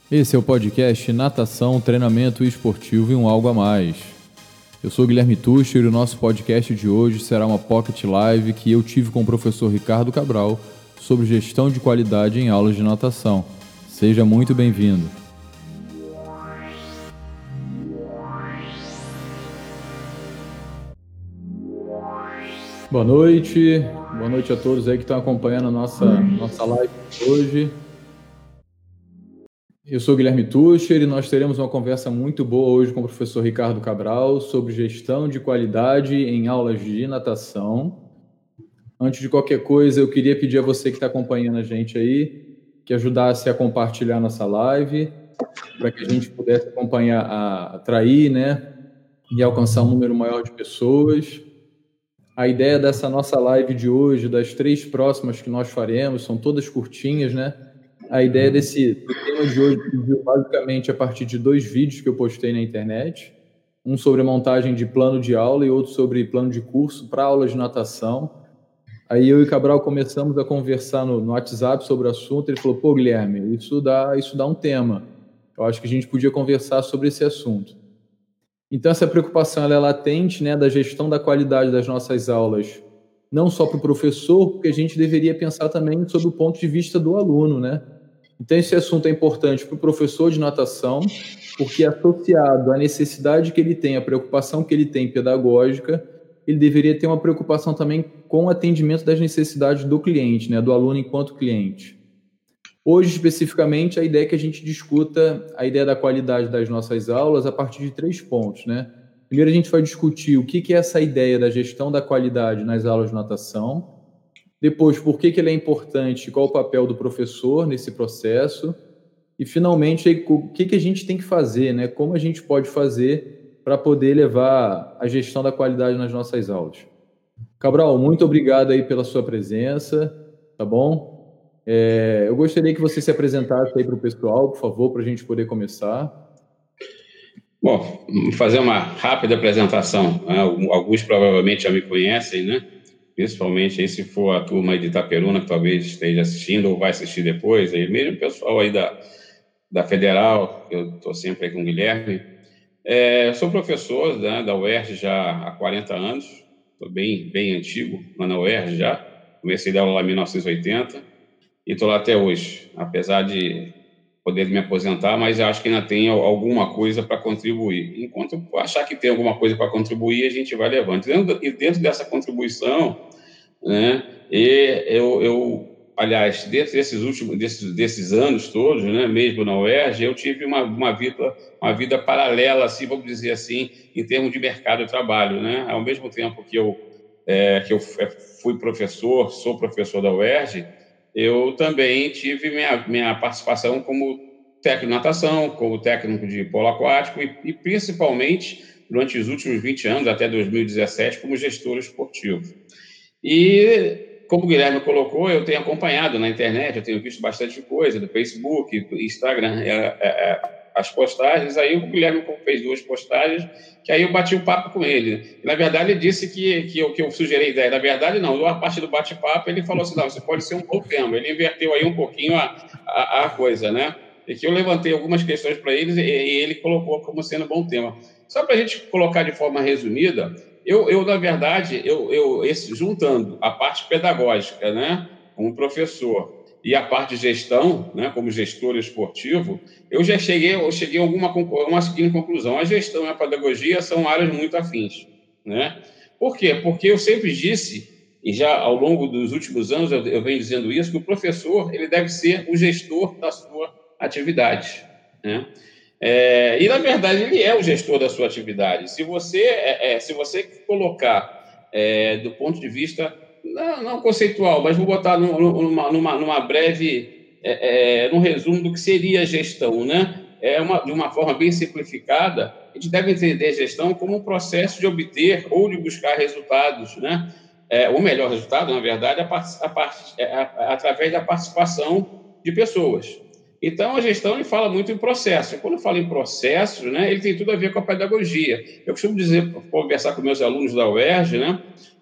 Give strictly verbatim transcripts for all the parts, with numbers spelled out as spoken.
Esse é o podcast Natação, Treinamento Esportivo e um Algo a Mais. Eu sou Guilherme Tucher e o nosso podcast de hoje será uma Pocket Live que eu tive com o professor Ricardo Cabral sobre gestão de qualidade em aulas de natação. Seja muito bem-vindo. Boa noite, boa noite a todos aí que estão acompanhando a nossa, nossa live de hoje. Eu sou Guilherme Tucher e nós teremos uma conversa muito boa hoje com o professor Ricardo Cabral sobre gestão de qualidade em aulas de natação. Antes de qualquer coisa, eu queria pedir a você que está acompanhando a gente aí que ajudasse a compartilhar nossa live para que a gente pudesse acompanhar, a, atrair, né, e alcançar um número maior de pessoas. A ideia dessa nossa live de hoje, das três próximas que nós faremos, são todas curtinhas, né? A ideia desse do tema de hoje surgiu basicamente a partir de dois vídeos que eu postei na internet. Um sobre a montagem de plano de aula e outro sobre plano de curso para aulas de natação. Aí eu e Cabral começamos a conversar no, no WhatsApp sobre o assunto. Ele falou, pô, Guilherme, isso dá, isso dá um tema. Eu acho que a gente podia conversar sobre esse assunto. Então, essa preocupação ela é latente, né, da gestão da qualidade das nossas aulas, não só para o professor, porque a gente deveria pensar também sobre o ponto de vista do aluno, né? Então, esse assunto é importante para o professor de natação, porque associado à necessidade que ele tem, à preocupação que ele tem pedagógica, ele deveria ter uma preocupação também com o atendimento das necessidades do cliente, né, do aluno enquanto cliente. Hoje, especificamente, a ideia é que a gente discuta a ideia da qualidade das nossas aulas a partir de três pontos, né? Primeiro, a gente vai discutir o que é essa ideia da gestão da qualidade nas aulas de natação. Depois, por que ela é importante, qual o papel do professor nesse processo. E, finalmente, o que a gente tem que fazer, né? Como a gente pode fazer para poder levar a gestão da qualidade nas nossas aulas. Cabral, muito obrigado aí pela sua presença, tá bom? É, eu gostaria que você se apresentasse aí para o pessoal, por favor, para a gente poder começar. Bom, vamos fazer uma rápida apresentação. Alguns provavelmente já me conhecem, né? Principalmente aí se for a turma aí de Itaperuna, que talvez esteja assistindo ou vai assistir depois, aí mesmo o pessoal aí da, da Federal, eu estou sempre aí com o Guilherme. É, eu sou professor, né, da U E R J já há quarenta anos, estou bem, bem antigo lá na U E R J já, comecei a dar aula lá em mil novecentos e oitenta e estou lá até hoje, apesar de poder me aposentar, mas acho que ainda tem alguma coisa para contribuir. Enquanto eu achar que tem alguma coisa para contribuir, a gente vai levando. E dentro dessa contribuição, né, e eu, eu, aliás, dentro desses últimos, desses, desses anos todos, né, mesmo na U E R J, eu tive uma, uma, vida, uma vida paralela, assim, vamos dizer assim, em termos de mercado de trabalho, né? Ao mesmo tempo que eu, é, que eu fui professor, sou professor da U E R J, eu também tive minha, minha participação como técnico de natação, como técnico de polo aquático e, e principalmente, durante os últimos vinte anos, até dois mil e dezessete, como gestor esportivo. E, como o Guilherme colocou, eu tenho acompanhado na internet, eu tenho visto bastante coisa do Facebook, do Instagram, é, é, as postagens. Aí o Guilherme fez duas postagens, que aí eu bati um papo com ele. E, na verdade, ele disse que, que, eu, que eu sugeri a ideia. Na verdade, não. A parte do bate-papo, ele falou assim, não, você pode ser um bom tema. Ele inverteu aí um pouquinho a, a, a coisa, né? E que eu levantei algumas questões para eles e, e ele colocou como sendo um bom tema. Só para a gente colocar de forma resumida, eu, eu na verdade, eu, eu, esse, juntando a parte pedagógica, né, como professor, e a parte de gestão, né, como gestor esportivo, eu já cheguei, eu cheguei a alguma uma seguinte conclusão: a gestão e a pedagogia são áreas muito afins, né? Por quê? Porque eu sempre disse, e já ao longo dos últimos anos eu, eu venho dizendo isso, que o professor ele deve ser o gestor da sua atividade, né? É, e, na verdade, ele é o gestor da sua atividade. Se você, é, é, se você colocar é, do ponto de vista, não, não conceitual, mas vou botar numa, numa, numa breve, é, é, num resumo do que seria a gestão, né? É uma, de uma forma bem simplificada, a gente deve entender a gestão como um processo de obter ou de buscar resultados, né? É, o melhor resultado, na verdade, é a, a, a, a, através da participação de pessoas. Então, a gestão ele fala muito em processo. E quando eu falo em processo, né, ele tem tudo a ver com a pedagogia. Eu costumo dizer, conversar com meus alunos da U E R J, né,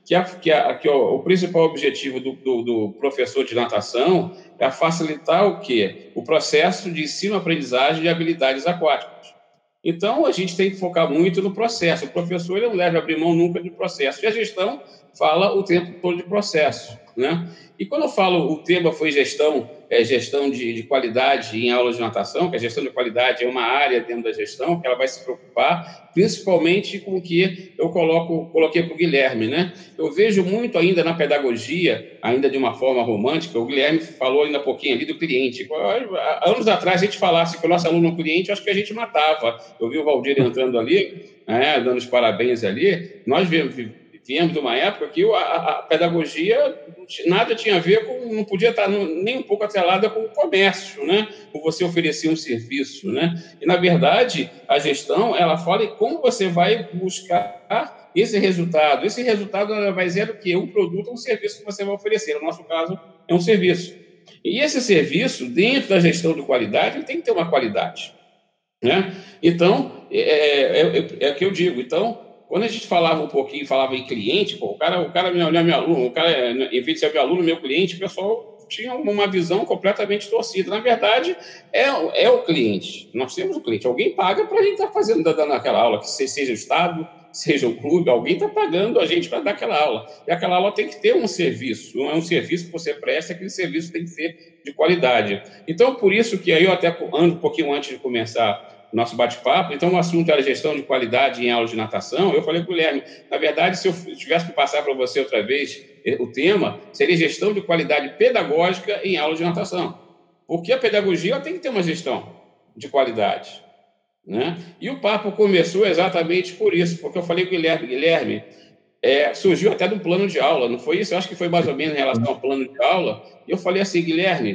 que, a, que, a, que o, o principal objetivo do, do, do professor de natação é facilitar o quê? O processo de ensino-aprendizagem de habilidades aquáticas. Então, a gente tem que focar muito no processo. O professor ele não deve abrir mão nunca de processo. E a gestão fala o tempo todo de processo, né? E quando eu falo o tema foi gestão, é gestão de, de qualidade em aulas de natação, que a gestão de qualidade é uma área dentro da gestão, que ela vai se preocupar principalmente com o que eu coloco, coloquei para o Guilherme, né? Eu vejo muito ainda na pedagogia, ainda de uma forma romântica, o Guilherme falou ainda um pouquinho ali do cliente. Anos atrás, a gente falasse que o nosso aluno é um cliente, eu acho que a gente matava. Eu vi o Valdir entrando ali, né, dando os parabéns ali. Nós viemos de uma época que a, a pedagogia nada tinha a ver com, não podia estar nem um pouco atrelada com o comércio, né? Com você oferecer um serviço, né? E, na verdade, a gestão, ela fala em como você vai buscar esse resultado. Esse resultado vai ser o quê? Um produto ou um serviço que você vai oferecer. No nosso caso, é um serviço. E esse serviço, dentro da gestão de qualidade, ele tem que ter uma qualidade, né? Então, é, é, é, é o que eu digo. Então, quando a gente falava um pouquinho, falava em cliente, pô, o cara, o cara não é meu aluno, o cara, em vez de ser meu aluno, meu cliente, o pessoal tinha uma visão completamente torcida. Na verdade, é, é o cliente. Nós temos o cliente. Alguém paga para a gente estar tá fazendo, dando aquela aula, que seja o Estado, seja o clube, alguém está pagando a gente para dar aquela aula. E aquela aula tem que ter um serviço. Não é um serviço que você presta, aquele serviço tem que ser de qualidade. Então, por isso que aí eu até ando um pouquinho antes de começar nosso bate-papo, então o assunto era gestão de qualidade em aulas de natação. Eu falei para o Guilherme, na verdade, se eu tivesse que passar para você outra vez o tema, seria gestão de qualidade pedagógica em aulas de natação. Porque a pedagogia tem que ter uma gestão de qualidade, né? E o papo começou exatamente por isso, porque eu falei com o Guilherme, Guilherme, é, surgiu até de um plano de aula, não foi isso? Eu acho que foi mais ou menos em relação ao plano de aula, e eu falei assim, Guilherme,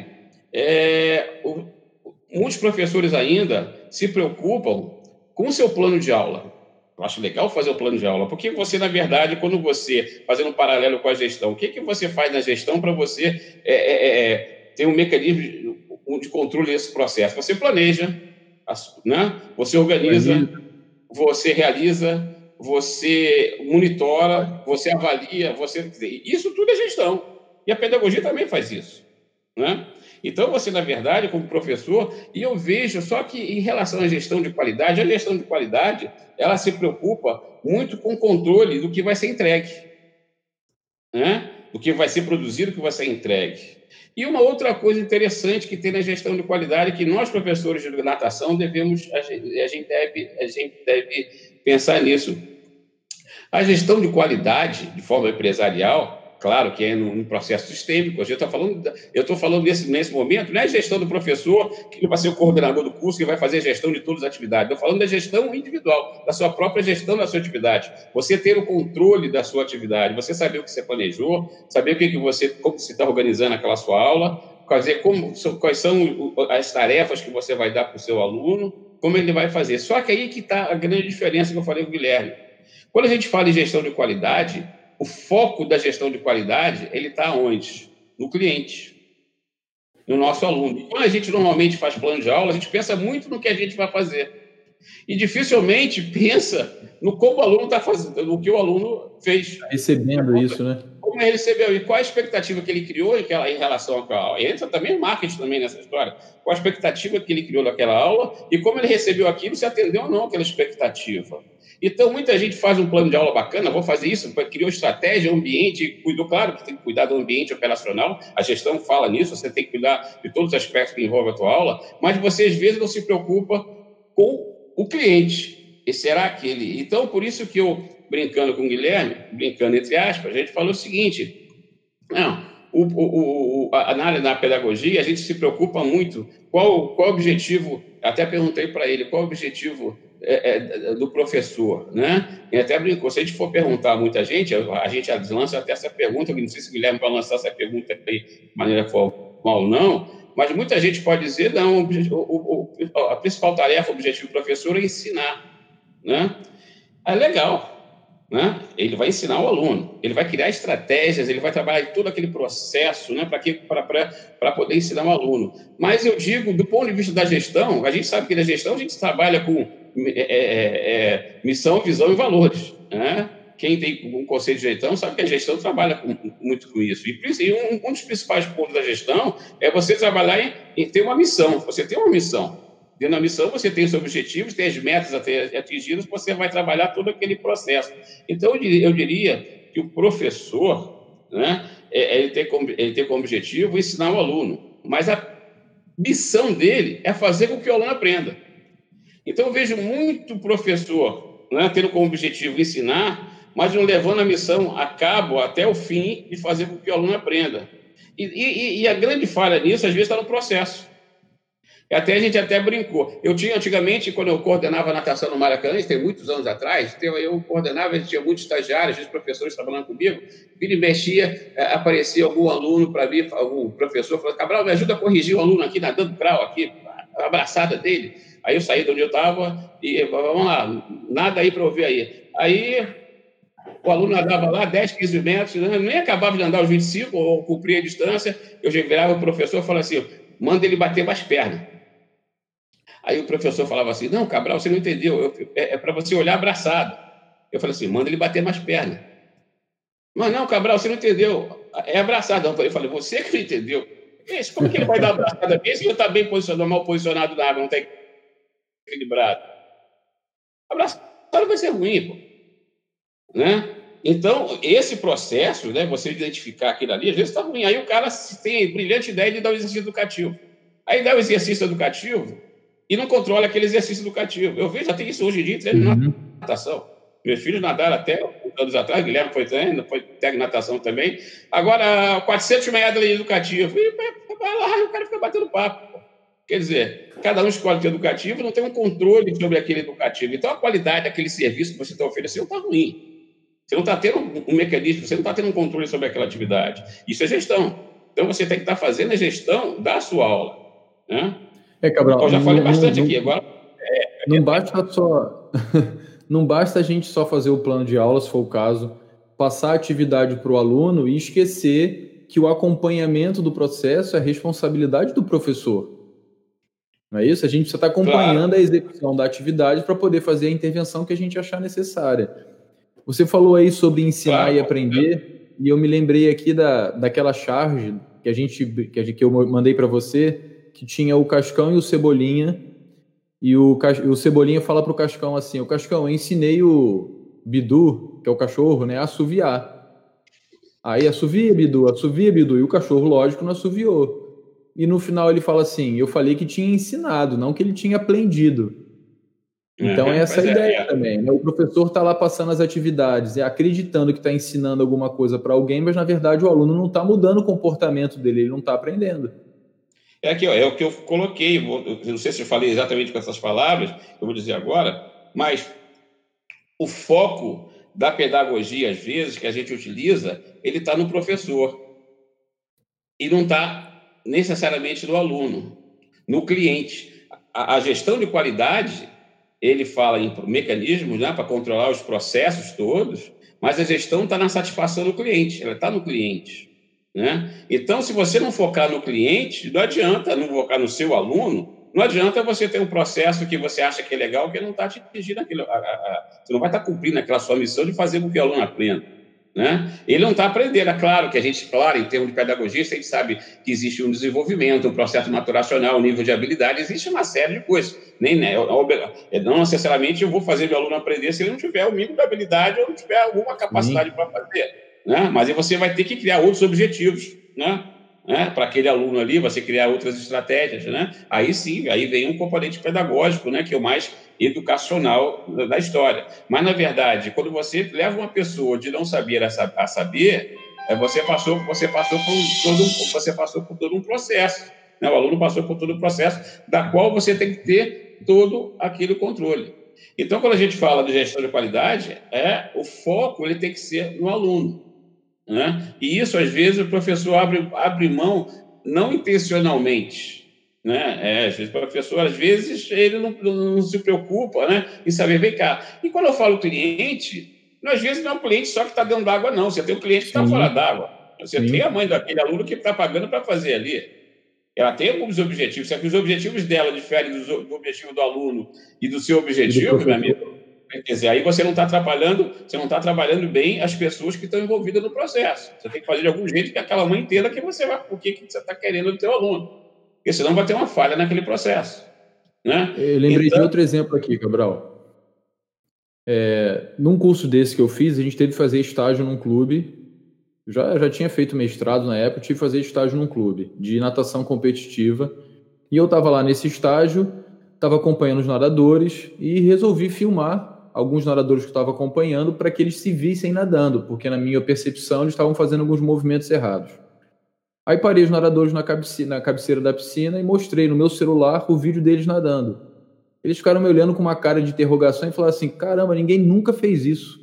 é, o, muitos professores ainda se preocupam com o seu plano de aula. Eu acho legal fazer o plano de aula, porque você, na verdade, quando você, fazendo um paralelo com a gestão, o que, que você faz na gestão para você é, é, é, ter um mecanismo de controle desse processo? Você planeja, né? Você organiza, você realiza, você monitora, você avalia, você... Isso tudo é gestão. E a pedagogia também faz isso, né? Então, você, na verdade, como professor, e eu vejo só que em relação à gestão de qualidade, a gestão de qualidade, ela se preocupa muito com o controle do que vai ser entregue, né? Do que vai ser produzido, do que vai ser entregue. E uma outra coisa interessante que tem na gestão de qualidade, que nós, professores de natação, devemos, a gente, a gente, deve, a gente deve pensar nisso. A gestão de qualidade, de forma empresarial, claro que é num processo sistêmico. Eu estou falando, eu estou falando nesse, nesse momento, não é a gestão do professor que vai ser o coordenador do curso que vai fazer a gestão de todas as atividades. Estou falando da gestão individual, da sua própria gestão da sua atividade. Você ter o controle da sua atividade, você saber o que você planejou, saber o que, que você, como você está organizando aquela sua aula, fazer como, quais são as tarefas que você vai dar para o seu aluno, como ele vai fazer. Só que aí que está a grande diferença que eu falei com o Guilherme. Quando a gente fala em gestão de qualidade, o foco da gestão de qualidade, ele está onde? No cliente, no nosso aluno. Quando a gente normalmente faz plano de aula, a gente pensa muito no que a gente vai fazer. E dificilmente pensa no como o aluno está fazendo, no que o aluno fez. Recebendo isso, né? Como ele recebeu e qual a expectativa que ele criou em relação àquela aula. E entra também o marketing também nessa história. Qual a expectativa que ele criou naquela aula e como ele recebeu aquilo, se atendeu ou não àquela expectativa. Então, muita gente faz um plano de aula bacana, vou fazer isso, criou estratégia, ambiente, cuidou, claro que tem que cuidar do ambiente operacional, a gestão fala nisso, você tem que cuidar de todos os aspectos que envolvem a tua aula, mas você, às vezes, não se preocupa com o cliente. E será aquele? Então, por isso que eu, brincando com o Guilherme, brincando entre aspas, a gente falou o seguinte, não, o, o, o, a, na área da pedagogia, a gente se preocupa muito qual, qual o objetivo, até perguntei para ele, qual o objetivo É, é, do professor, né? E até brincou, se a gente for perguntar a muita gente, a gente lança até essa pergunta, não sei se o Guilherme vai lançar essa pergunta aí de maneira formal ou não, mas muita gente pode dizer, não, o, o, a principal tarefa, o objetivo do professor é ensinar, né? É legal, né? Ele vai ensinar o aluno, ele vai criar estratégias, ele vai trabalhar em todo aquele processo, né, para poder ensinar o aluno. Mas eu digo, do ponto de vista da gestão, a gente sabe que na gestão a gente trabalha com é, é, é, missão, visão e valores, né? quem tem um conceito de gestão sabe que a gestão trabalha com, muito com isso. E um, um dos principais pontos da gestão é você trabalhar em, em ter uma missão. Você tem uma missão. Dentro da missão, você tem os objetivos, tem as metas atingidas, você vai trabalhar todo aquele processo. Então, eu diria, eu diria que o professor, né, ele, tem como, ele tem como objetivo ensinar o aluno, mas a missão dele é fazer com que o aluno aprenda. Então, eu vejo muito professor, né, tendo como objetivo ensinar, mas não levando a missão a cabo até o fim de fazer com que o aluno aprenda. E, e, e a grande falha nisso, às vezes, está no processo. Até a gente até brincou. Eu tinha, antigamente, quando eu coordenava natação no Maracanã, isso tem muitos anos atrás, eu coordenava, a gente tinha muitos estagiários, muitos professores trabalhando comigo, vira e mexia, aparecia algum aluno para mim, algum professor, falando: Cabral, me ajuda a corrigir o aluno aqui, nadando crawl, aqui, a abraçada dele. Aí eu saí de onde eu estava e, vamos lá, nada aí para ouvir aí. Aí o aluno nadava lá dez, quinze metros, nem acabava de andar os vinte e cinco, ou cumpria a distância, eu já virava o professor e falava assim: manda ele bater mais pernas. Aí o professor falava assim: não, Cabral, você não entendeu, eu, é, é para você olhar abraçado. Eu falei assim: manda ele bater mais perna. Mas não, Cabral, você não entendeu, é abraçado. Eu falei: você que não entendeu. Esse, como que ele vai dar abraçada bem se ele está bem posicionado, mal posicionado na água, não está equilibrado? Abraçado vai ser ruim, pô. Né? Então, esse processo, né, você identificar aquilo ali, às vezes está ruim. Aí o cara tem a brilhante ideia de dar o exercício educativo. Aí dá o exercício educativo e não controla aquele exercício educativo. Eu vejo, já tem isso hoje em dia, treino de uhum. natação. Meus filhos nadaram até anos atrás, Guilherme foi treino, foi técnico de natação também. Agora, quatrocentos metros de educativo. E vai lá e o cara fica batendo papo. Quer dizer, cada um escolhe o educativo, não tem um controle sobre aquele educativo. Então, a qualidade daquele serviço que você está oferecendo está ruim. Você não está tendo um mecanismo, você não está tendo um controle sobre aquela atividade. Isso é gestão. Então, você tem que estar fazendo a gestão da sua aula. Né? É, Cabral, eu já falei não, bastante não, aqui. Agora, é, não é, basta só... Não basta a gente só fazer o plano de aula, se for o caso, passar a atividade para o aluno e esquecer que o acompanhamento do processo é responsabilidade do professor. Não é isso? A gente precisa estar acompanhando claro. a execução da atividade para poder fazer a intervenção que a gente achar necessária. Você falou aí sobre ensinar claro. e aprender, e eu me lembrei aqui da, daquela charge que, a gente, que, a gente, que eu mandei para você, que tinha o Cascão e o Cebolinha. E o, o Cebolinha fala pro Cascão assim: o Cascão, eu ensinei o Bidu, que é o cachorro, né, a assoviar. Aí assovia, Bidu, assovia, Bidu. E o cachorro, lógico, não assoviou. E no final ele fala assim: eu falei que tinha ensinado, não que ele tinha aprendido. Então, é essa a ideia é, é. também, né? O professor está lá passando as atividades, acreditando que está ensinando alguma coisa para alguém, mas, na verdade, o aluno não está mudando o comportamento dele, ele não está aprendendo. É, aqui, ó, é o que eu coloquei, eu não sei se eu falei exatamente com essas palavras, eu vou dizer agora, mas o foco da pedagogia, às vezes, que a gente utiliza, ele está no professor e não está necessariamente no aluno, no cliente. A, a gestão de qualidade, ele fala em mecanismos, né, para controlar os processos todos, mas a gestão está na satisfação do cliente, ela está no cliente. Né? Então, se você não focar no cliente, não adianta não focar no seu aluno, não adianta você ter um processo que você acha que é legal, que não está atingindo aquilo, a, a, a, você não vai estar cumprindo aquela sua missão de fazer com que o aluno aprenda. Né? Ele não está aprendendo, é claro que a gente, claro, em termos de pedagogia, a gente sabe que existe um desenvolvimento, um processo maturacional, um nível de habilidade, existe uma série de coisas. Nem, né, não necessariamente eu vou fazer meu aluno aprender se ele não tiver o mínimo de habilidade ou não tiver alguma capacidade para fazer. Né? Mas aí você vai ter que criar outros objetivos, né? Né? Para aquele aluno ali, você criar outras estratégias, né? Aí sim, aí vem um componente pedagógico, né? Que é o mais educacional da história. Mas, na verdade, quando você leva uma pessoa de não saber a saber, você passou, você passou por todo um, você passou por todo um processo, né? O aluno passou por todo um processo, da qual você tem que ter todo aquele controle. Então, quando a gente fala de gestão de qualidade, é, o foco ele tem que ser no aluno. Né? E isso, às vezes, o professor abre, abre mão não intencionalmente. Né? É, às vezes, o professor, às vezes, ele não, não se preocupa, né, em saber, vem cá. E quando eu falo cliente, às vezes não é um cliente só que está dentro d'água, não. Você tem um cliente que está fora d'água. Você Sim. tem a mãe daquele aluno que está pagando para fazer ali. Ela tem alguns objetivos. Se os objetivos dela diferem do, do objetivo do aluno e do seu objetivo, do meu amigo, Quer dizer, aí você não está atrapalhando, você não está trabalhando bem as pessoas que estão envolvidas no processo. Você tem que fazer de algum jeito que aquela mãe entenda que você vai, o que, que você está querendo do teu aluno. Porque senão vai ter uma falha naquele processo. Né? Eu lembrei então... de outro exemplo aqui, Cabral. É, num curso desse que eu fiz, a gente teve que fazer estágio num clube. Já, já tinha feito mestrado na época, tive que fazer estágio num clube de natação competitiva. E eu estava lá nesse estágio, estava acompanhando os nadadores e resolvi filmar alguns nadadores que eu estava acompanhando para que eles se vissem nadando, porque na minha percepção eles estavam fazendo alguns movimentos errados. Aí parei os nadadores na, cabece... na cabeceira da piscina e mostrei no meu celular o vídeo deles nadando. Eles ficaram me olhando com uma cara de interrogação e falaram assim, caramba, ninguém nunca fez isso.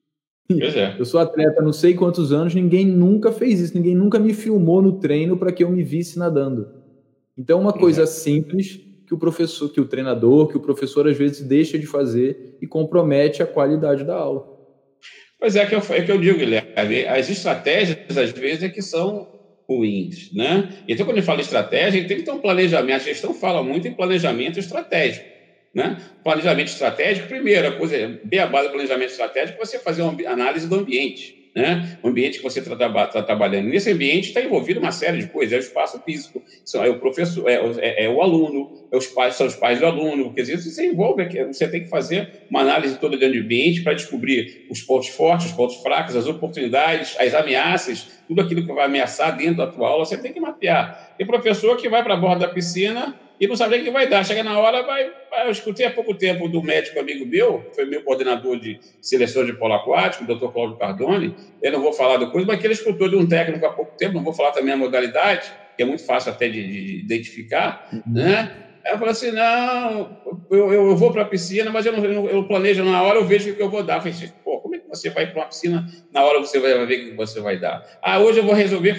Pois é. Eu sou atleta há não sei quantos anos, ninguém nunca fez isso, ninguém nunca me filmou no treino para que eu me visse nadando. Então, uma coisa simples que o professor, que o treinador, que o professor às vezes deixa de fazer e compromete a qualidade da aula. Pois é, que eu, é que eu digo, Guilherme, as estratégias às vezes é que são ruins, né? Então, quando a gente fala estratégia, tem que ter um planejamento. A gestão fala muito em planejamento estratégico, né? Planejamento estratégico, primeiro, a coisa, bem a base do planejamento estratégico, você fazer uma análise do ambiente, né? O ambiente que você está tá trabalhando. Nesse ambiente está envolvido uma série de coisas, é o espaço físico, é o professor, é, é, é o aluno, é os pais, são os pais do aluno, quer dizer, você envolve, você tem que fazer uma análise toda do ambiente para descobrir os pontos fortes, os pontos fracos, as oportunidades, as ameaças, tudo aquilo que vai ameaçar dentro da tua aula, você tem que mapear. Tem professor que vai para a borda da piscina e não sabe o que vai dar. Chega na hora, vai, vai... Eu escutei há pouco tempo do médico amigo meu, foi meu coordenador de seleção de polo aquático, o doutor Cláudio Cardone, eu não vou falar do coisa, mas que ele escutou de um técnico há pouco tempo, não vou falar também a modalidade, que é muito fácil até de, de identificar, uhum. né? Aí eu falei assim, não, eu, eu vou para a piscina, mas eu não eu planejo na hora, eu vejo o que eu vou dar. Eu falei assim, pô, como é que você vai para uma piscina, na hora você vai ver o que você vai dar? Ah, hoje eu vou resolver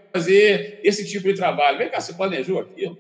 fazer esse tipo de trabalho. Vem cá, você planejou aquilo?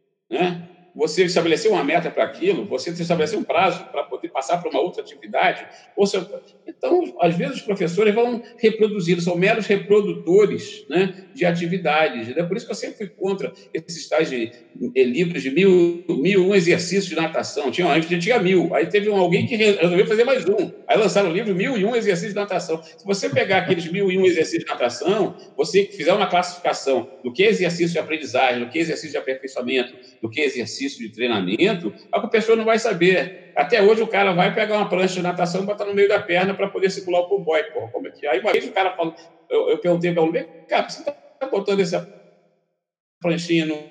Né? Você estabeleceu uma meta para aquilo, você estabeleceu um prazo para poder passar para uma outra atividade. Ou seja, então, às vezes, os professores vão reproduzindo, são meros reprodutores, né, de atividades. É por isso que eu sempre fui contra esses tais de, de, livros de mil, mil um exercícios de natação. Tinha, antes tinha mil, aí teve um, alguém que resolveu fazer mais um. Aí lançaram o livro Mil e Um Exercícios de Natação. Se você pegar aqueles mil e um exercícios de natação, você fizer uma classificação do que é exercício de aprendizagem, do que é exercício de aperfeiçoamento, do que é exercício de treinamento, a pessoa não vai saber. Até hoje o cara vai pegar uma prancha de natação e botar no meio da perna para poder circular o cowboy. Pô, como é que é? Aí uma vez o cara falou, eu, eu perguntei para ele, cara, você está botando essa pranchinha no,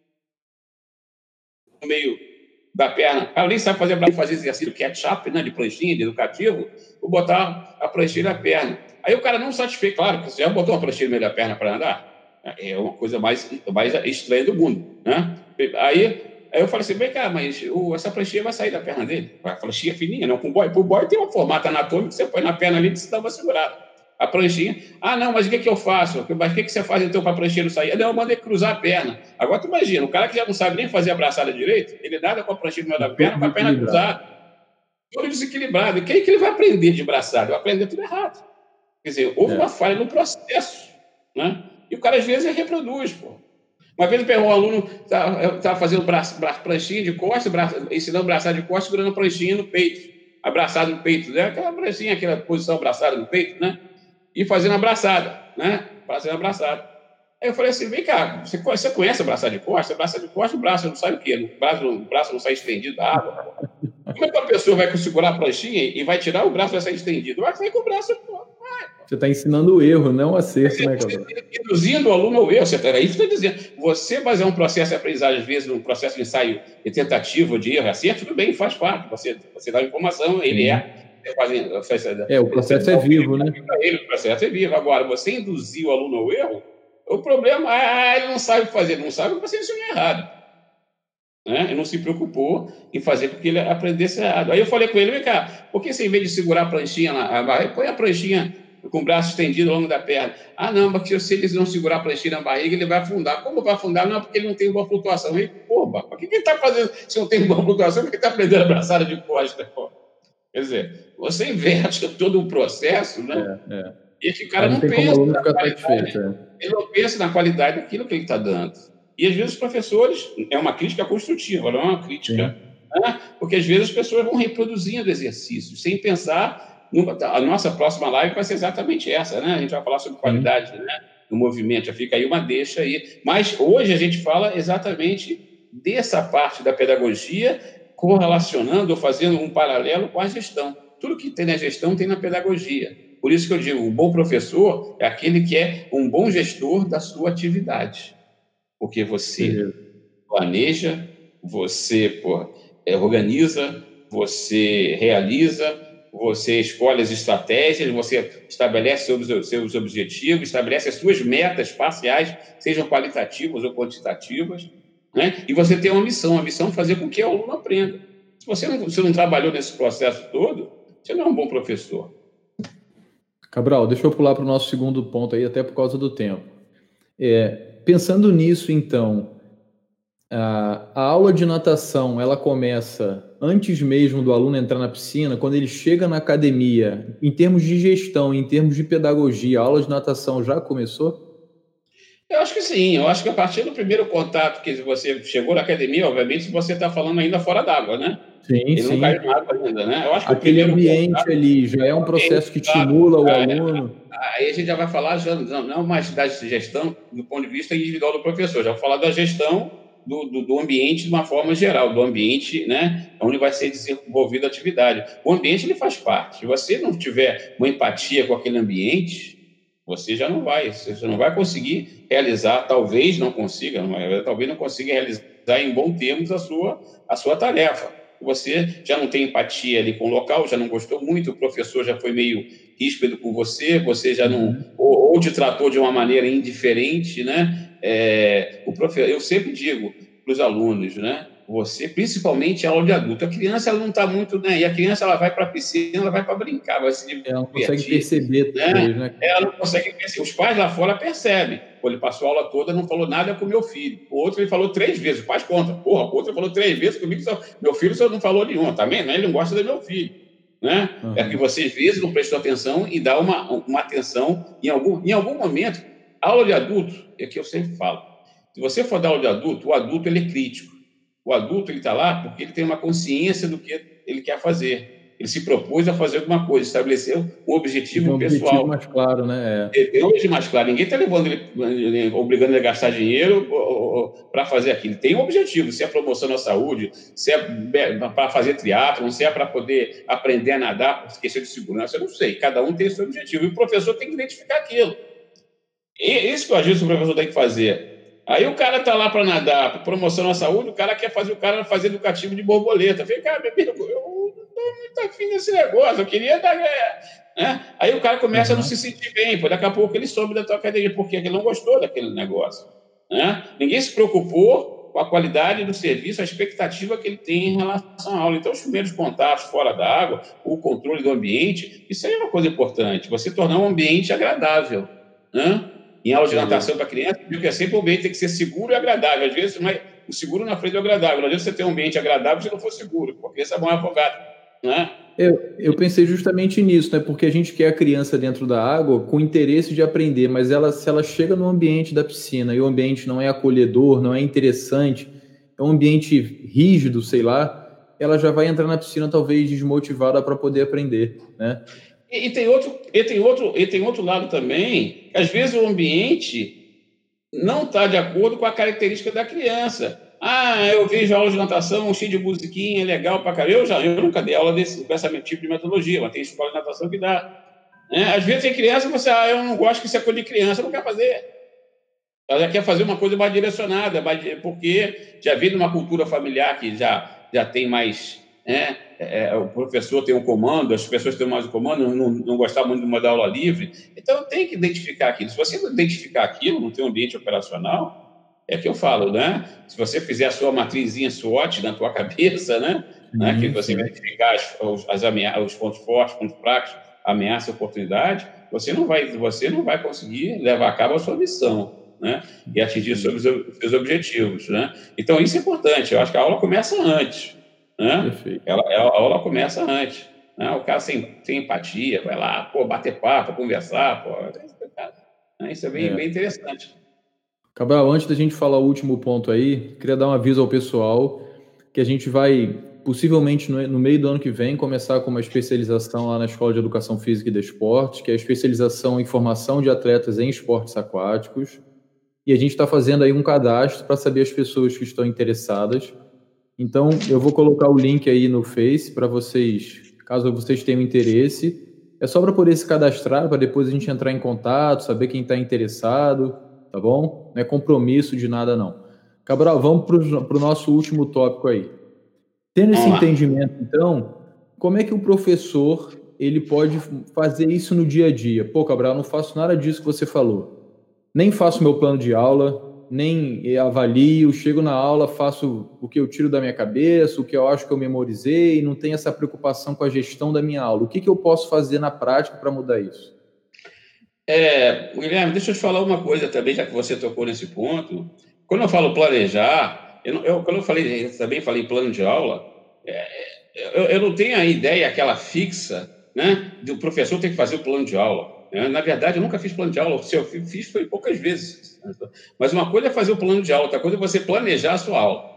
no meio da perna? O cara nem sabe fazer, fazer exercício catch-up, né, de pranchinha, de educativo, vou botar a pranchinha na perna. Aí o cara não satisfeito, claro, que você já botou uma pranchinha no meio da perna para andar? É uma coisa mais, mais estranha do mundo, né? Aí Aí eu falei assim, vem cá, mas o, essa pranchinha vai sair da perna dele. A pranchinha fininha, não, com boy. O boy tem um formato anatômico que você põe na perna ali e você dá uma segurada. A pranchinha, ah, não, mas o que, que eu faço? Mas o que, que você faz então para a pranchinha não sair? Não, eu mandei cruzar a perna. Agora tu imagina, o cara que já não sabe nem fazer a braçada direito, ele nada com a pranchinha no meio da perna, com a perna cruzada. Todo desequilibrado. E quem que ele vai aprender de braçada? Vai aprender tudo errado. Quer dizer, houve é. uma falha no processo, né? E o cara às vezes reproduz, pô. Uma vez um aluno estava fazendo braço, braço, pranchinha de costas, braço, ensinando braçada de costas, segurando a pranchinha no peito, abraçado no peito, né? Aquela pranchinha, aquela posição abraçada no peito, né? E fazendo abraçada, né? Fazendo abraçada. Aí eu falei assim, vem cá, você, você conhece a braçada de costas? A braçada de costas, o braço não sai o quê? O braço, o braço não sai estendido da água. Como é que a pessoa vai segurar a pranchinha e vai tirar o braço vai sair estendido? Vai sair com o braço... Você está ensinando o erro, não o acerto, né, Cabral? Induzindo o aluno ao erro. Você está aí, você está dizendo. Você basear um processo de aprendizagem, às vezes, num processo de ensaio de tentativa, de erro, acerto, tudo bem, faz parte. Você, você dá informação, ele Sim. é. Faz, é, o processo é vivo, né? Ele, o processo é vivo. Agora, você induzir o aluno ao erro, o problema é ah, ele não sabe fazer, não sabe que você ensinou errado. Né? Ele não se preocupou em fazer com que ele aprendesse errado. Aí eu falei com ele, vem cá, por que você, em vez de segurar a pranchinha lá, põe a pranchinha com o braço estendido ao longo da perna? Ah, não, porque se ele não segurar a pranchinha na barriga, ele vai afundar. Como vai afundar? Não, porque ele não tem boa flutuação. Ele, porra, o que ele está fazendo se não tem boa flutuação? Porque ele está aprendendo a braçada de costas. Quer dizer, você inverte todo o processo, né? É, é. E esse cara não, não pensa na qualidade, é. ele não pensa na qualidade daquilo que ele está dando. E às vezes os professores, é uma crítica construtiva, não é uma crítica. Né? porque às vezes as pessoas vão reproduzindo exercícios, sem pensar. No, a nossa próxima live vai ser exatamente essa, né? A gente vai falar sobre qualidade, né, no movimento, já fica aí uma deixa aí. Mas hoje a gente fala exatamente dessa parte da pedagogia, correlacionando ou fazendo um paralelo com a gestão. Tudo que tem na gestão tem na pedagogia. Por isso que eu digo, um bom professor é aquele que é um bom gestor da sua atividade. Porque você planeja, você pô, é, organiza, você realiza, você escolhe as estratégias, você estabelece seus, seus objetivos, estabelece as suas metas parciais, sejam qualitativas ou quantitativas, né? E você tem uma missão, a missão é fazer com que o aluno aprenda. Se você não, você não trabalhou nesse processo todo, você não é um bom professor. Cabral, deixa eu pular para o nosso segundo ponto aí, até por causa do tempo. É, pensando nisso, então, a, a aula de natação, ela começa antes mesmo do aluno entrar na piscina, quando ele chega na academia, em termos de gestão, em termos de pedagogia, a aula de natação já começou? Eu acho que sim, eu acho que a partir do primeiro contato que você chegou na academia, obviamente, você está falando ainda fora d'água, né? Sim, Ele sim. não caiu na água ainda, né? Eu acho que aquele o primeiro ambiente contato, ali já é um processo que estimula o aluno. Aí a gente já vai falar, já, não, não mais da gestão do ponto de vista individual do professor, já vou falar da gestão do, do, do ambiente de uma forma geral, do ambiente, né, onde vai ser desenvolvida a atividade. O ambiente, ele faz parte. Se você não tiver uma empatia com aquele ambiente, você já não vai, você não vai conseguir realizar, talvez não consiga, mas talvez não consiga realizar em bons termos a sua, a sua tarefa. Você já não tem empatia ali com o local, já não gostou muito, o professor já foi meio ríspido com você, você já não, uhum. ou, ou te tratou de uma maneira indiferente, né? É, o profe, eu sempre digo para os alunos, né? Você, principalmente a aula de adulto, a criança ela não está muito, né? E a criança ela vai para a piscina, ela vai para brincar, vai se divertir. Ela não consegue perceber, né? Talvez, né? Ela não consegue perceber. Os pais lá fora percebem. Pô, ele passou a aula toda, não falou nada com meu filho. O outro ele falou três vezes. O pai conta. Porra, o outro falou três vezes comigo. Só... Meu filho só não falou nenhuma. Também, né? Ele não gosta do meu filho. Né? Uhum. É que você, às vezes, não prestou atenção e dá uma, uma atenção em algum, em algum momento. A aula de adulto, é que eu sempre falo. Se você for dar aula de adulto, o adulto ele é crítico. O adulto ele está lá porque ele tem uma consciência do que ele quer fazer. Ele se propôs a fazer alguma coisa, estabeleceu um objetivo um pessoal. Um objetivo mais claro, né? É. Tem um objetivo mais claro. Ninguém está levando ele, ele, obrigando ele a gastar dinheiro para fazer aquilo. Tem um objetivo, se é promoção da saúde, se é para fazer triatlon, se é para poder aprender a nadar por questão de segurança, eu não sei. Cada um tem o seu objetivo. E o professor tem que identificar aquilo. E isso que eu acho que o professor tem que fazer. Aí o cara tá lá para nadar, para promoção da saúde, o cara quer fazer o cara fazer educativo de borboleta. Eu falei, cara, meu filho, eu não tô muito afim desse negócio, eu queria dar... Né? Aí o cara começa uhum. a não se sentir bem, pô, daqui a pouco ele sobe da tua academia, porque ele não gostou daquele negócio. Né? Ninguém se preocupou com a qualidade do serviço, a expectativa que ele tem em relação à aula. Então, os primeiros contatos fora da água, o controle do ambiente, isso aí é uma coisa importante, você tornar um ambiente agradável, né? Em aula de natação para criança, eu digo que é sempre o ambiente tem que ser seguro e agradável. Às vezes, não é, o seguro na frente é agradável. Não adianta você ter um ambiente agradável se não for seguro, porque a criança é bom afogada, né? Eu, eu pensei justamente nisso, né? Porque a gente quer a criança dentro da água com interesse de aprender, mas ela, se ela chega no ambiente da piscina e o ambiente não é acolhedor, não é interessante, é um ambiente rígido, sei lá, ela já vai entrar na piscina talvez desmotivada para poder aprender, né? E, e, tem outro, e, tem outro, e tem outro lado também, que às vezes o ambiente não está de acordo com a característica da criança. Ah, eu vejo aula de natação, cheio de musiquinha, legal pra caramba. Eu, já, eu nunca dei aula desse, desse tipo de metodologia, mas tem escola de natação que dá. É, às vezes tem criança que você, ah, eu não gosto que isso é coisa de criança, não quer fazer. Ela já quer fazer uma coisa mais direcionada, porque já vem de uma cultura familiar que já, já tem mais... Né, é, o professor tem um comando, as pessoas têm mais um comando, não, não gostar muito de uma aula livre. Então, tem que identificar aquilo. Se você não identificar aquilo, não tem um ambiente operacional, é que eu falo, né? Se você fizer a sua matrizinha SWOT na tua cabeça, né? Sim, né? Que você vai identificar as, as ameaças, os pontos fortes, pontos fracos, ameaça, oportunidade, você não vai, você não vai conseguir levar a cabo a sua missão, né? E atingir os seus, seus objetivos, né? Então, isso é importante. Eu acho que a aula começa antes. Né? Ela, a aula começa antes. Né? O cara sem, sem empatia, vai lá, pô, bater papo, conversar, pô, isso é bem, é. bem interessante. Cabral, antes da gente falar o último ponto aí, queria dar um aviso ao pessoal. que a gente vai, possivelmente no, no meio do ano que vem, começar com uma especialização lá na Escola de Educação Física e Desportos, que é a especialização em formação de atletas em esportes aquáticos. E a gente está fazendo aí um cadastro para saber as pessoas que estão interessadas. Então, eu vou colocar o link aí no Face para vocês, caso vocês tenham interesse. É só para poder se cadastrar, para depois a gente entrar em contato, saber quem está interessado, tá bom? Não é compromisso de nada, não. Cabral, vamos para o nosso último tópico aí. Tendo esse entendimento, então, como é que o professor ele pode fazer isso no dia a dia? Pô, Cabral, não faço nada disso que você falou. Nem faço meu plano de aula, nem avalio, chego na aula, faço o que eu tiro da minha cabeça, o que eu acho que eu memorizei, não tenho essa preocupação com a gestão da minha aula. O que, que eu posso fazer na prática para mudar isso? É, Guilherme, deixa eu te falar uma coisa também, já que você tocou nesse ponto. Quando eu falo planejar, eu, eu, quando eu falei, eu também falei plano de aula, é, eu, eu não tenho a ideia, aquela fixa, né, do professor ter que fazer o plano de aula. Na verdade, eu nunca fiz plano de aula. Se eu fiz, foi poucas vezes. Mas uma coisa é fazer o plano de aula, outra coisa é você planejar a sua aula.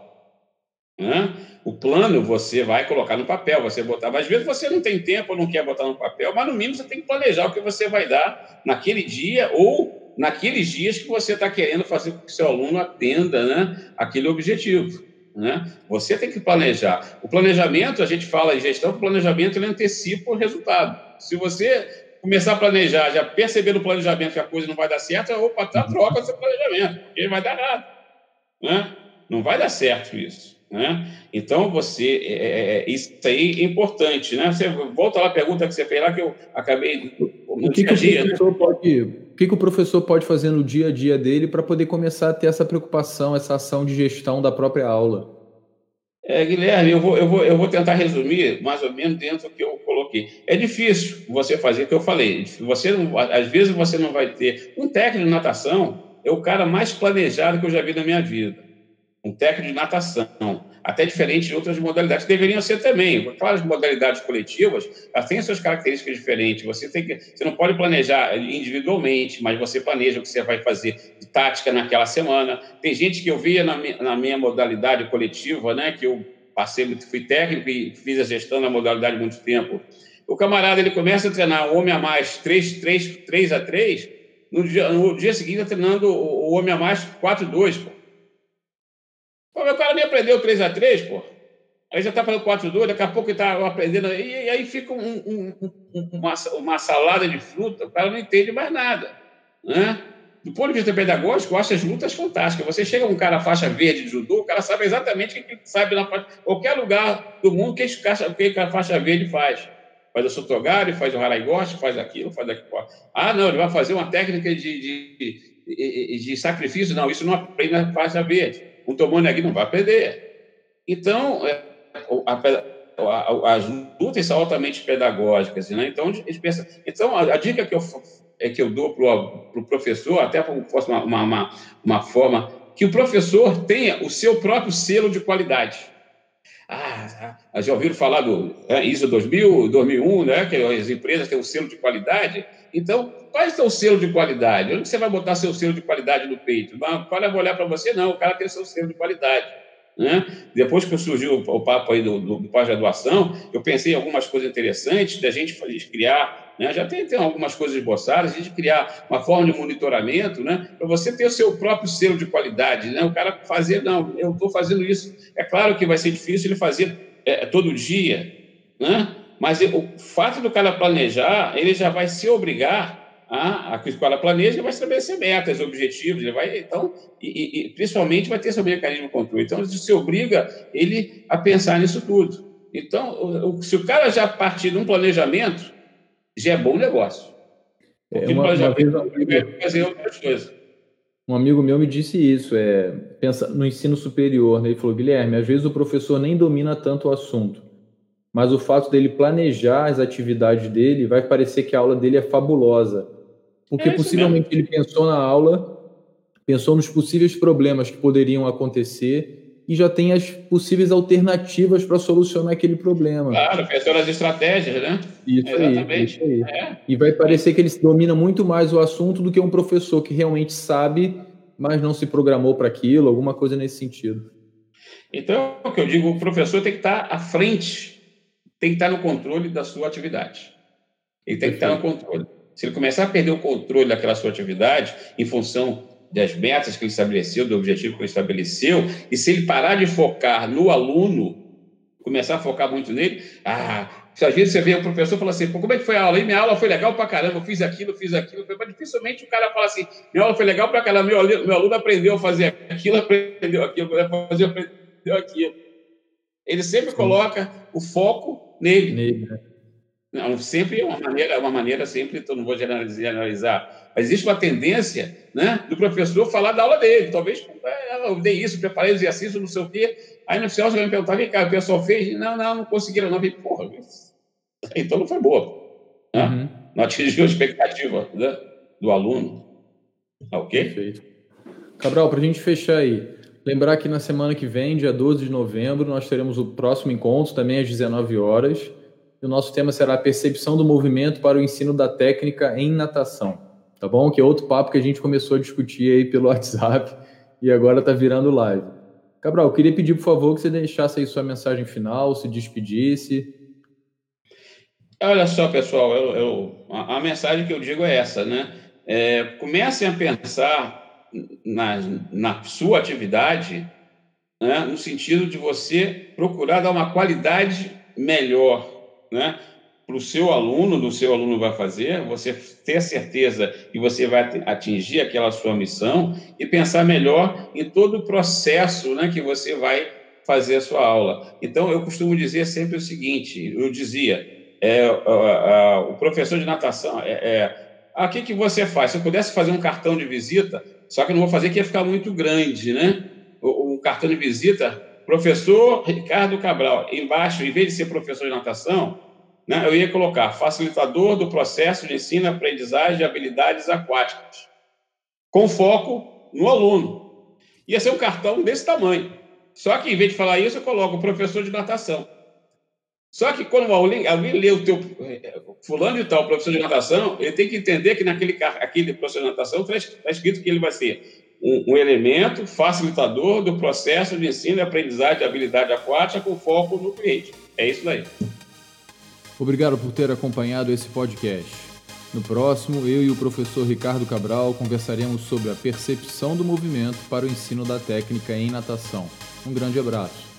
O plano você vai colocar no papel, você botar. Mas às vezes você não tem tempo ou não quer botar no papel, mas no mínimo você tem que planejar o que você vai dar naquele dia ou naqueles dias que você está querendo fazer com que seu aluno atenda, né, aquele objetivo. Né? Você tem que planejar. O planejamento, a gente fala em gestão, o planejamento ele antecipa o resultado. Se você começar a planejar, já perceber no planejamento que a coisa não vai dar certo, opa, tá, troca o seu planejamento, porque vai dar errado. Né? Não vai dar certo isso. Né? Então, você, é, isso aí é importante. Né? Você volta lá à pergunta que você fez lá, que eu acabei no o que dia a dia. Que o, né? pode, o que, que o professor pode fazer no dia a dia dele para poder começar a ter essa preocupação, essa ação de gestão da própria aula? É, Guilherme, eu vou, eu, vou, eu vou tentar resumir mais ou menos dentro do que eu coloquei. É difícil você fazer o que eu falei. Você não, às vezes você não vai ter... Um técnico de natação é o cara mais planejado que eu já vi na minha vida. Um técnico de natação. Até diferente de outras modalidades. Deveriam ser também. Claro, as modalidades coletivas elas têm suas características diferentes. Você, tem que, você não pode planejar individualmente, mas você planeja o que você vai fazer de tática naquela semana. Tem gente que eu via na minha, na minha modalidade coletiva, né, que eu passei, fui técnico e fiz a gestão da modalidade há muito tempo. O camarada ele começa a treinar o homem a mais três a três, no dia, no dia seguinte está treinando o, o homem a mais quatro a dois, pô. Pô, meu cara nem aprendeu três a três, pô. Aí já está falando quatro a dois, daqui a pouco ele está aprendendo. E, e aí fica um, um, um, uma, uma salada de fruta, o cara não entende mais nada. Né? Do ponto de vista pedagógico, eu acho as lutas fantásticas. Você chega um cara faixa verde de judô, o cara sabe exatamente o que ele sabe na faixa, qualquer lugar do mundo que, que a faixa verde faz. Faz o sotogari, faz o haraigoshi, faz aquilo, faz aquilo. Ah, não, ele vai fazer uma técnica de, de, de, de sacrifício. Não, isso não aprende na faixa verde. Um tomone aqui não vai aprender. Então, a, a, a, as lutas são altamente pedagógicas. Né? Então, pensa, então a, a dica que eu, é, que eu dou para o pro professor, até como fosse uma, uma, uma forma, que o professor tenha o seu próprio selo de qualidade. Ah, já ouviram falar do é, I S O dois mil, dois mil e um, né? Que as empresas têm um selo de qualidade? Então, qual é o seu selo de qualidade? Onde você vai botar seu selo de qualidade no peito? O cara vai olhar para você? Não, o cara tem seu selo de qualidade. Né? Depois que surgiu o papo aí do, do, do pós-graduação, eu pensei em algumas coisas interessantes da gente criar, né? Já tem, tem algumas coisas esboçadas, a gente criar uma forma de monitoramento, né? Para você ter o seu próprio selo de qualidade, né? O cara fazer, não, eu estou fazendo isso. É claro que vai ser difícil ele fazer é, todo dia, né? Mas o fato do cara planejar, ele já vai se obrigar a, a escola planeja, ele vai estabelecer metas, objetivos, ele vai, então, e, e principalmente vai ter seu mecanismo de controle. Então, isso se obriga ele a pensar nisso tudo. Então, o, se o cara já partir de um planejamento, já é bom negócio. É, uma, uma vez vai fazer outras coisas. Um amigo meu me disse isso, é, pensa no ensino superior, né? Ele falou, Guilherme, às vezes o professor nem domina tanto o assunto, mas o fato dele planejar as atividades dele vai parecer que a aula dele é fabulosa. Porque é possivelmente mesmo. Ele pensou na aula, pensou nos possíveis problemas que poderiam acontecer e já tem as possíveis alternativas para solucionar aquele problema. Claro, pensou nas estratégias, né? Isso Exatamente. aí, isso aí. É. E vai parecer que ele domina muito mais o assunto do que um professor que realmente sabe, mas não se programou para aquilo, alguma coisa nesse sentido. Então, o que eu digo, o professor tem que estar à frente, tem que estar no controle da sua atividade. Ele tem que estar no controle. Se ele começar a perder o controle daquela sua atividade, em função das metas que ele estabeleceu, do objetivo que ele estabeleceu, e se ele parar de focar no aluno, começar a focar muito nele, ah, às vezes você vê o professor e fala assim, pô, como é que foi a aula? E minha aula foi legal pra caramba, eu fiz aquilo, fiz aquilo, mas dificilmente o cara fala assim, minha aula foi legal pra caramba, meu aluno, meu aluno aprendeu a fazer aquilo, aprendeu aquilo, fazer, aprendeu aquilo. Ele sempre Sim. coloca o foco nele. nele né? Não, sempre é uma maneira, uma maneira sempre, então não vou generalizar, mas existe uma tendência, né, do professor falar da aula dele, talvez eu dei isso, preparei o exercício, não sei o quê, aí no final você vai me perguntar, vem cá, o pessoal fez? Não, não, não conseguiram, não, falei, porra, então não foi boa, né? Uhum. Não atingiu a expectativa, né, do aluno, tá ok? Perfeito. Cabral, para a gente fechar aí, lembrar que na semana que vem, dia doze de novembro, nós teremos o próximo encontro, também às dezenove horas, e o nosso tema será a percepção do movimento para o ensino da técnica em natação, tá bom? Que é outro papo que a gente começou a discutir aí pelo WhatsApp e agora está virando live. Cabral, eu queria pedir, por favor, que você deixasse aí sua mensagem final, se despedisse. Olha só, pessoal, eu, eu, a, a mensagem que eu digo é essa, né? É, comecem a pensar na, na sua atividade, né, no sentido de você procurar dar uma qualidade melhor, né, para o seu aluno, do seu aluno vai fazer, você ter certeza que você vai atingir aquela sua missão e pensar melhor em todo o processo, né, que você vai fazer a sua aula. Então, eu costumo dizer sempre o seguinte, eu dizia, é, é, é, o professor de natação, é, é, ah, o que, que você faz? Se eu pudesse fazer um cartão de visita, só que eu não vou fazer, que ia ficar muito grande, né? O, o cartão de visita, professor Ricardo Cabral, embaixo, em vez de ser professor de natação, né, eu ia colocar facilitador do processo de ensino, aprendizagem de habilidades aquáticas, com foco no aluno. Ia ser um cartão desse tamanho. Só que, em vez de falar isso, eu coloco professor de natação. Só que quando alguém, alguém lê o teu fulano e tal, professor de natação, ele tem que entender que naquele aquele professor de natação está escrito que ele vai ser um, um elemento facilitador do processo de ensino e aprendizagem de habilidade aquática com foco no cliente. É isso daí. Obrigado por ter acompanhado esse podcast. No próximo, eu e o professor Ricardo Cabral conversaremos sobre a percepção do movimento para o ensino da técnica em natação. Um grande abraço.